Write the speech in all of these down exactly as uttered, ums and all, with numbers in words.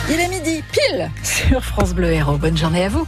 Il est midi, pile, sur France Bleu Héros. Bonne journée à vous.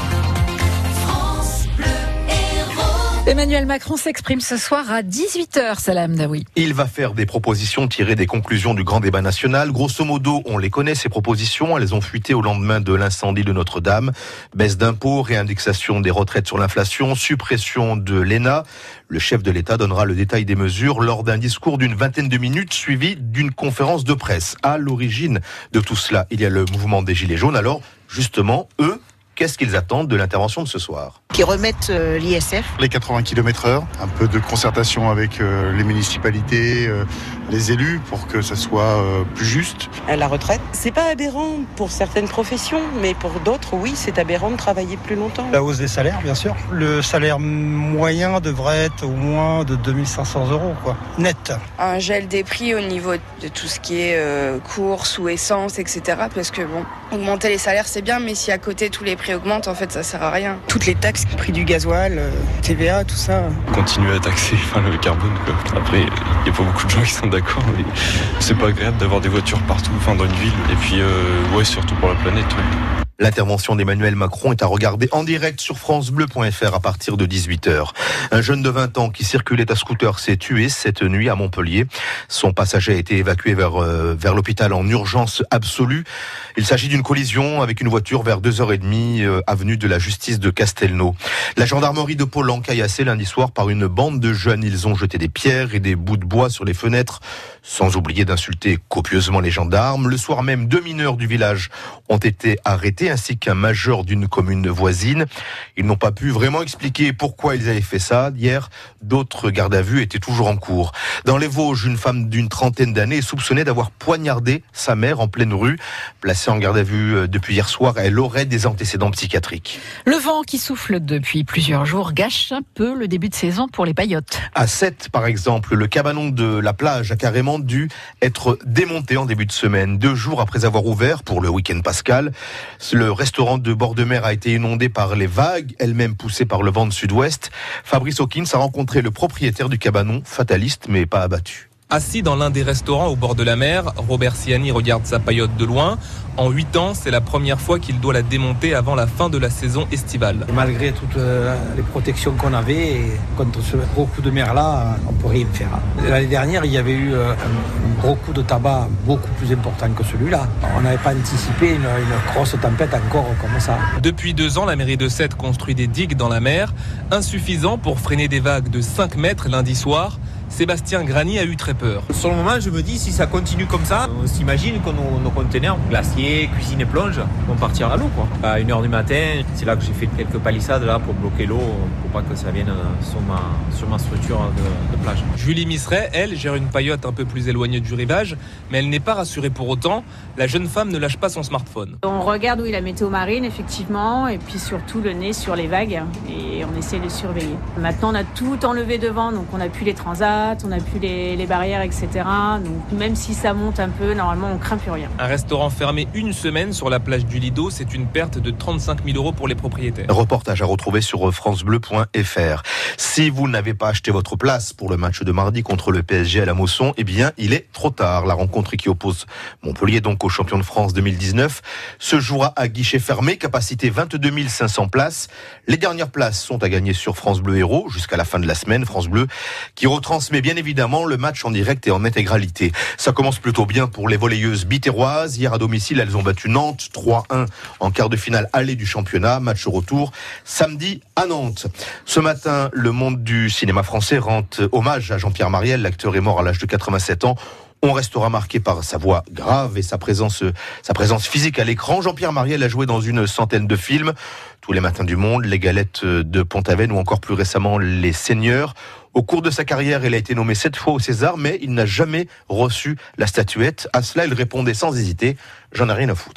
Emmanuel Macron s'exprime ce soir à dix-huit heures, Salam Daoui. Il va faire des propositions tirées des conclusions du grand débat national. Grosso modo, on les connaît, ces propositions. Elles ont fuité au lendemain de l'incendie de Notre-Dame. Baisse d'impôts, réindexation des retraites sur l'inflation, suppression de l'E N A. Le chef de l'État donnera le détail des mesures lors d'un discours d'une vingtaine de minutes suivi d'une conférence de presse. À l'origine de tout cela, il y a le mouvement des Gilets jaunes. Alors, justement, eux, qu'est-ce qu'ils attendent de l'intervention de ce soir ? Qui remettent euh, l'I S F. Les quatre-vingts kilomètres heure, un peu de concertation avec euh, les municipalités, euh, les élus, pour que ça soit euh, plus juste. À la retraite, c'est pas aberrant pour certaines professions, mais pour d'autres, oui, c'est aberrant de travailler plus longtemps. La hausse des salaires, bien sûr. Le salaire moyen devrait être au moins de deux mille cinq cents euros, quoi, net. Un gel des prix au niveau de tout ce qui est euh, courses ou essence, et cetera. Parce que bon, augmenter les salaires, c'est bien, mais si à côté tous les prix augmentent, en fait, ça sert à rien. Toutes les taxes, prix du gasoil, euh, T V A, tout ça. Continuer à taxer enfin, le carbone, quoi. Après, il n'y a pas beaucoup de gens qui sont d'accord, mais c'est pas agréable d'avoir des voitures partout, enfin dans une ville. Et puis, euh, ouais, surtout pour la planète. Ouais. L'intervention d'Emmanuel Macron est à regarder en direct sur francebleu point fr à partir de dix-huit heures. Un jeune de vingt ans qui circulait à scooter s'est tué cette nuit à Montpellier. Son passager a été évacué vers, euh, vers l'hôpital en urgence absolue. Il s'agit d'une collision avec une voiture vers deux heures trente euh, avenue de la Justice de Castelnau. La gendarmerie de Pau encaillassée lundi soir par une bande de jeunes. Ils ont jeté des pierres et des bouts de bois sur les fenêtres, sans oublier d'insulter copieusement les gendarmes. Le soir même, deux mineurs du village ont été arrêtés, ainsi qu'un major d'une commune voisine. Ils n'ont pas pu vraiment expliquer pourquoi ils avaient fait ça. Hier, d'autres gardes à vue étaient toujours en cours. Dans les Vosges, une femme d'une trentaine d'années est soupçonnée d'avoir poignardé sa mère en pleine rue. Placée en garde à vue depuis hier soir, elle aurait des antécédents psychiatriques. Le vent qui souffle depuis plusieurs jours gâche un peu le début de saison pour les paillotes. À Sète, par exemple, le cabanon de la plage a carrément dû être démonté en début de semaine. Deux jours après avoir ouvert pour le week-end pascal, le restaurant de bord de mer a été inondé par les vagues, elles-mêmes poussées par le vent de sud-ouest. Fabrice Hawkins a rencontré le propriétaire du cabanon, fataliste mais pas abattu. Assis dans l'un des restaurants au bord de la mer, Robert Siani regarde sa paillote de loin. En huit ans, c'est la première fois qu'il doit la démonter avant la fin de la saison estivale. Et malgré toutes les protections qu'on avait, et contre ce gros coup de mer-là, on ne peut rien faire. L'année dernière, il y avait eu un gros coup de tabac beaucoup plus important que celui-là. On n'avait pas anticipé une, une grosse tempête encore comme ça. Depuis deux ans, la mairie de Sète construit des digues dans la mer, insuffisant pour freiner des vagues de cinq mètres lundi soir. Sébastien Grani a eu très peur. Sur le moment, je me dis, si ça continue comme ça, on s'imagine que nos, nos conteneurs, glaciers, cuisine et plonge, vont partir à l'eau, quoi. À une heure du matin, c'est là que j'ai fait quelques palissades là, pour bloquer l'eau, pour pas que ça vienne sur ma, sur ma structure de, de plage. Julie Misseret, elle, gère une paillote un peu plus éloignée du rivage, mais elle n'est pas rassurée pour autant. La jeune femme ne lâche pas son smartphone. On regarde où est la météo marine, effectivement, et puis surtout le nez sur les vagues, et on essaie de surveiller. Maintenant, on a tout enlevé devant, donc on a pu les transats, on a plus les, les barrières, et cetera. Donc même si ça monte un peu, normalement on craint plus rien. Un restaurant fermé une semaine sur la plage du Lido, c'est une perte de trente-cinq mille euros pour les propriétaires. Reportage à retrouver sur francebleu point fr. Si vous n'avez pas acheté votre place pour le match de mardi contre le P S G à la Mosson, eh bien il est trop tard. La rencontre qui oppose Montpellier donc au champion de France deux mille dix-neuf se jouera à guichet fermé, capacité vingt-deux mille cinq cents places. Les dernières places sont à gagner sur France Bleu Héros jusqu'à la fin de la semaine. France Bleu qui retransmet mais bien évidemment le match en direct et en intégralité. Ça commence plutôt bien pour les volleyeuses bitéroises. Hier à domicile, elles ont battu Nantes trois un en quart de finale aller du championnat. Match retour samedi à Nantes. Ce matin, le monde du cinéma français rend hommage à Jean-Pierre Mariel. L'acteur est mort à l'âge de quatre-vingt-sept ans. On restera marqué par sa voix grave et sa présence, sa présence physique à l'écran. Jean-Pierre Mariel a joué dans une centaine de films. Tous les matins du monde, Les Galettes de Pont-Aven ou encore plus récemment Les Seigneurs. Au cours de sa carrière, il a été nommé sept fois au César, mais il n'a jamais reçu la statuette. À cela, il répondait sans hésiter « J'en ai rien à foutre ».